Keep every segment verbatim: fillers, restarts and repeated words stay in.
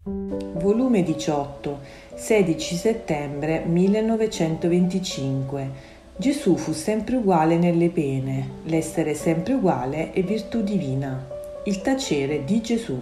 Volume diciotto, sedici settembre millenovecentoventicinque. Gesù fu sempre uguale nelle pene, l'essere sempre uguale è virtù divina. Il tacere di Gesù.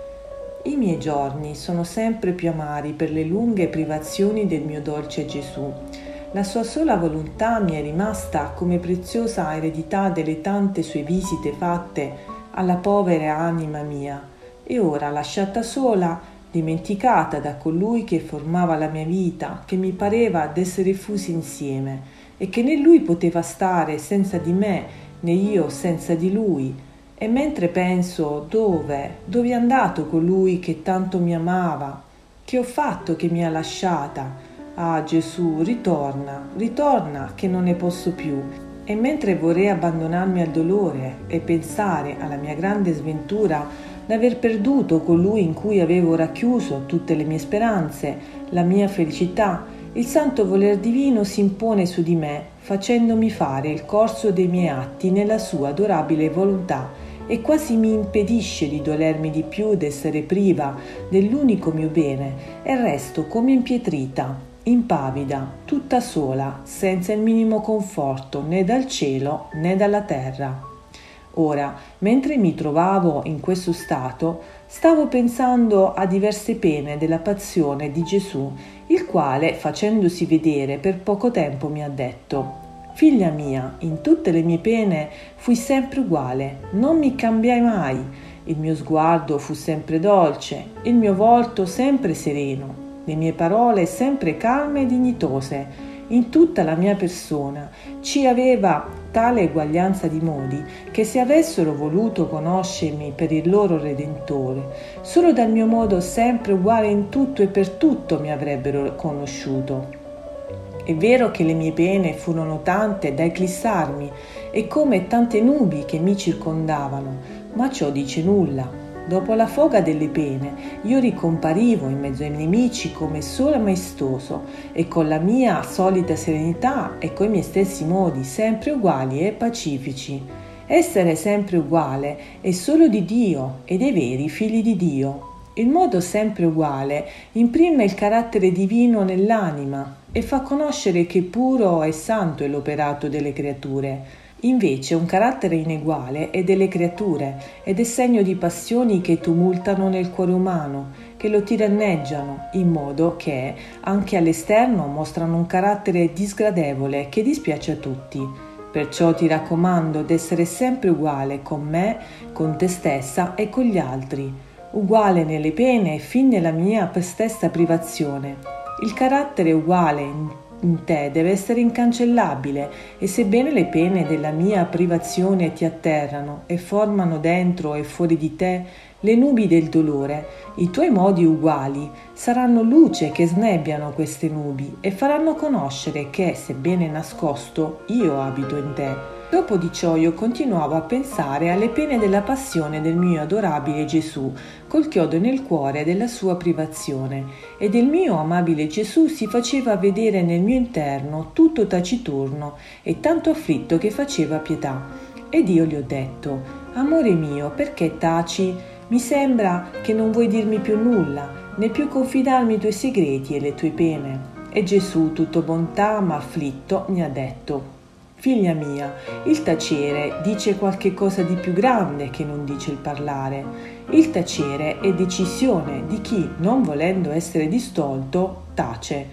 I miei giorni sono sempre più amari per le lunghe privazioni del mio dolce Gesù. La sua sola volontà mi è rimasta come preziosa eredità delle tante sue visite fatte alla povera anima mia, e ora, lasciata sola, dimenticata da colui che formava la mia vita, che mi pareva d'essere fusi insieme, e che né lui poteva stare senza di me, né io senza di lui. E mentre penso dove, dove è andato colui che tanto mi amava, che ho fatto che mi ha lasciata? Ah Gesù, ritorna, ritorna che non ne posso più. E mentre vorrei abbandonarmi al dolore e pensare alla mia grande sventura d'aver perduto colui in cui avevo racchiuso tutte le mie speranze, la mia felicità, il santo voler divino si impone su di me, facendomi fare il corso dei miei atti nella sua adorabile volontà, e quasi mi impedisce di dolermi di più d'essere priva dell'unico mio bene, e resto come impietrita, impavida, tutta sola, senza il minimo conforto né dal cielo né dalla terra. Ora, mentre mi trovavo in questo stato, stavo pensando a diverse pene della passione di Gesù, il quale, facendosi vedere per poco tempo, mi ha detto: «Figlia mia, in tutte le mie pene fui sempre uguale, non mi cambiai mai. Il mio sguardo fu sempre dolce, il mio volto sempre sereno, le mie parole sempre calme e dignitose. In tutta la mia persona ci aveva tale eguaglianza di modi che se avessero voluto conoscermi per il loro Redentore, solo dal mio modo sempre uguale in tutto e per tutto mi avrebbero conosciuto. È vero che le mie pene furono tante da eclissarmi e come tante nubi che mi circondavano, ma ciò dice nulla. Dopo la foga delle pene, io ricomparivo in mezzo ai nemici come solo maestoso e con la mia solita serenità e coi miei stessi modi sempre uguali e pacifici. Essere sempre uguale è solo di Dio e dei veri figli di Dio. Il modo sempre uguale imprime il carattere divino nell'anima e fa conoscere che puro e santo è l'operato delle creature. Invece un carattere ineguale è delle creature ed è segno di passioni che tumultano nel cuore umano, che lo tiranneggiano, in modo che anche all'esterno mostrano un carattere disgradevole che dispiace a tutti. Perciò ti raccomando d'essere sempre uguale con me, con te stessa e con gli altri, uguale nelle pene fin nella mia stessa privazione. Il carattere uguale in in te deve essere incancellabile, e sebbene le pene della mia privazione ti atterrano e formano dentro e fuori di te le nubi del dolore, i tuoi modi uguali saranno luce che snebbiano queste nubi e faranno conoscere che, sebbene nascosto, io abito in te. Dopo di ciò io continuavo a pensare alle pene della passione del mio adorabile Gesù, col chiodo nel cuore della sua privazione, e del mio amabile Gesù si faceva vedere nel mio interno tutto taciturno e tanto afflitto che faceva pietà. Ed io gli ho detto: «Amore mio, perché taci? Mi sembra che non vuoi dirmi più nulla, né più confidarmi i tuoi segreti e le tue pene». E Gesù, tutto bontà ma afflitto, mi ha detto: «Figlia mia, il tacere dice qualche cosa di più grande che non dice il parlare. Il tacere è decisione di chi, non volendo essere distolto, tace.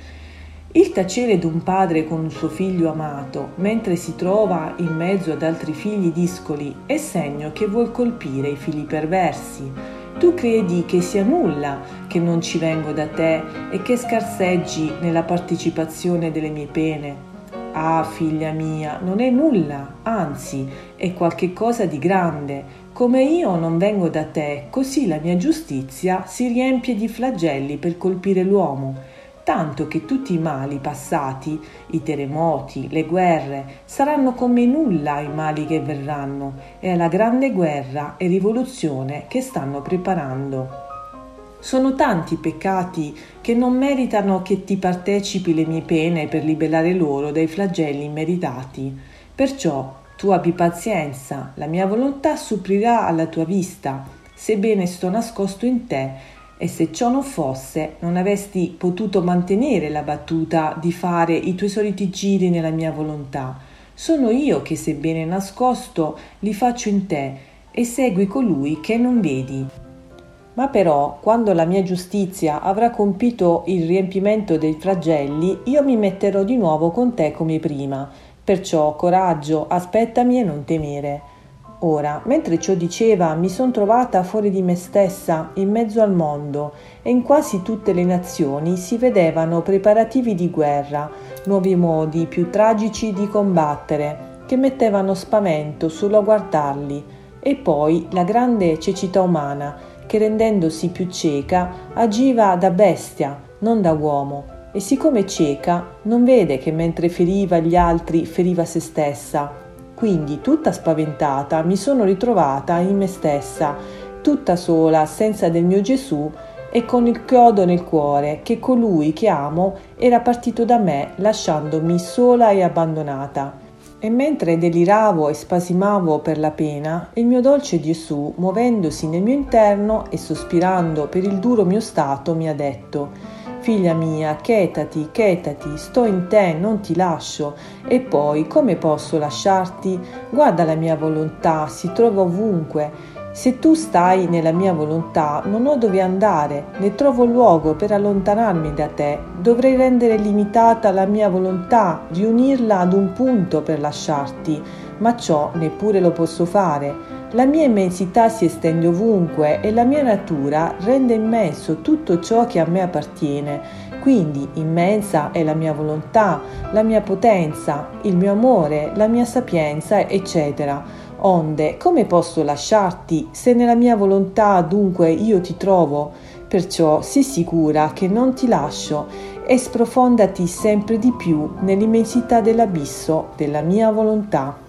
Il tacere d'un padre con un suo figlio amato, mentre si trova in mezzo ad altri figli discoli, è segno che vuol colpire i figli perversi. Tu credi che sia nulla che non ci vengo da te e che scarseggi nella partecipazione delle mie pene? Ah, figlia mia, non è nulla, anzi, è qualche cosa di grande. Come io non vengo da te, così la mia giustizia si riempie di flagelli per colpire l'uomo, tanto che tutti i mali passati, i terremoti, le guerre, saranno come nulla i mali che verranno e alla grande guerra e rivoluzione che stanno preparando. Sono tanti i peccati che non meritano che ti partecipi le mie pene per liberare loro dai flagelli immeritati. Perciò tu abbi pazienza, la mia volontà supprirà alla tua vista, sebbene sto nascosto in te, E se ciò non fosse, non avresti potuto mantenere la battuta di fare i tuoi soliti giri nella mia volontà. Sono io che, sebbene nascosto, li faccio in te e segui colui che non vedi. Ma però, quando la mia giustizia avrà compito il riempimento dei flagelli, io mi metterò di nuovo con te come prima. Perciò, coraggio, aspettami e non temere. Ora, mentre ciò diceva, mi son trovata fuori di me stessa, in mezzo al mondo, e in quasi tutte le nazioni si vedevano preparativi di guerra, nuovi modi più tragici di combattere, che mettevano spavento solo a guardarli, e poi la grande cecità umana, che rendendosi più cieca, agiva da bestia, non da uomo, e siccome cieca, non vede che mentre feriva gli altri feriva se stessa. Quindi, tutta spaventata, mi sono ritrovata in me stessa, tutta sola, senza del mio Gesù e con il chiodo nel cuore, che colui che amo era partito da me, lasciandomi sola e abbandonata. E mentre deliravo e spasimavo per la pena, il mio dolce Gesù, muovendosi nel mio interno e sospirando per il duro mio stato, mi ha detto: «Figlia mia, chetati, chetati, sto in te, non ti lascio. E poi, come posso lasciarti? Guarda la mia volontà, si trova ovunque. Se tu stai nella mia volontà, non ho dove andare, né trovo luogo per allontanarmi da te. Dovrei rendere limitata la mia volontà, riunirla ad un punto per lasciarti, ma ciò neppure lo posso fare. La mia immensità si estende ovunque e la mia natura rende immenso tutto ciò che a me appartiene. Quindi immensa è la mia volontà, la mia potenza, il mio amore, la mia sapienza, eccetera. Onde, come posso lasciarti se nella mia volontà dunque io ti trovo? Perciò sii sicura che non ti lascio e sprofondati sempre di più nell'immensità dell'abisso della mia volontà».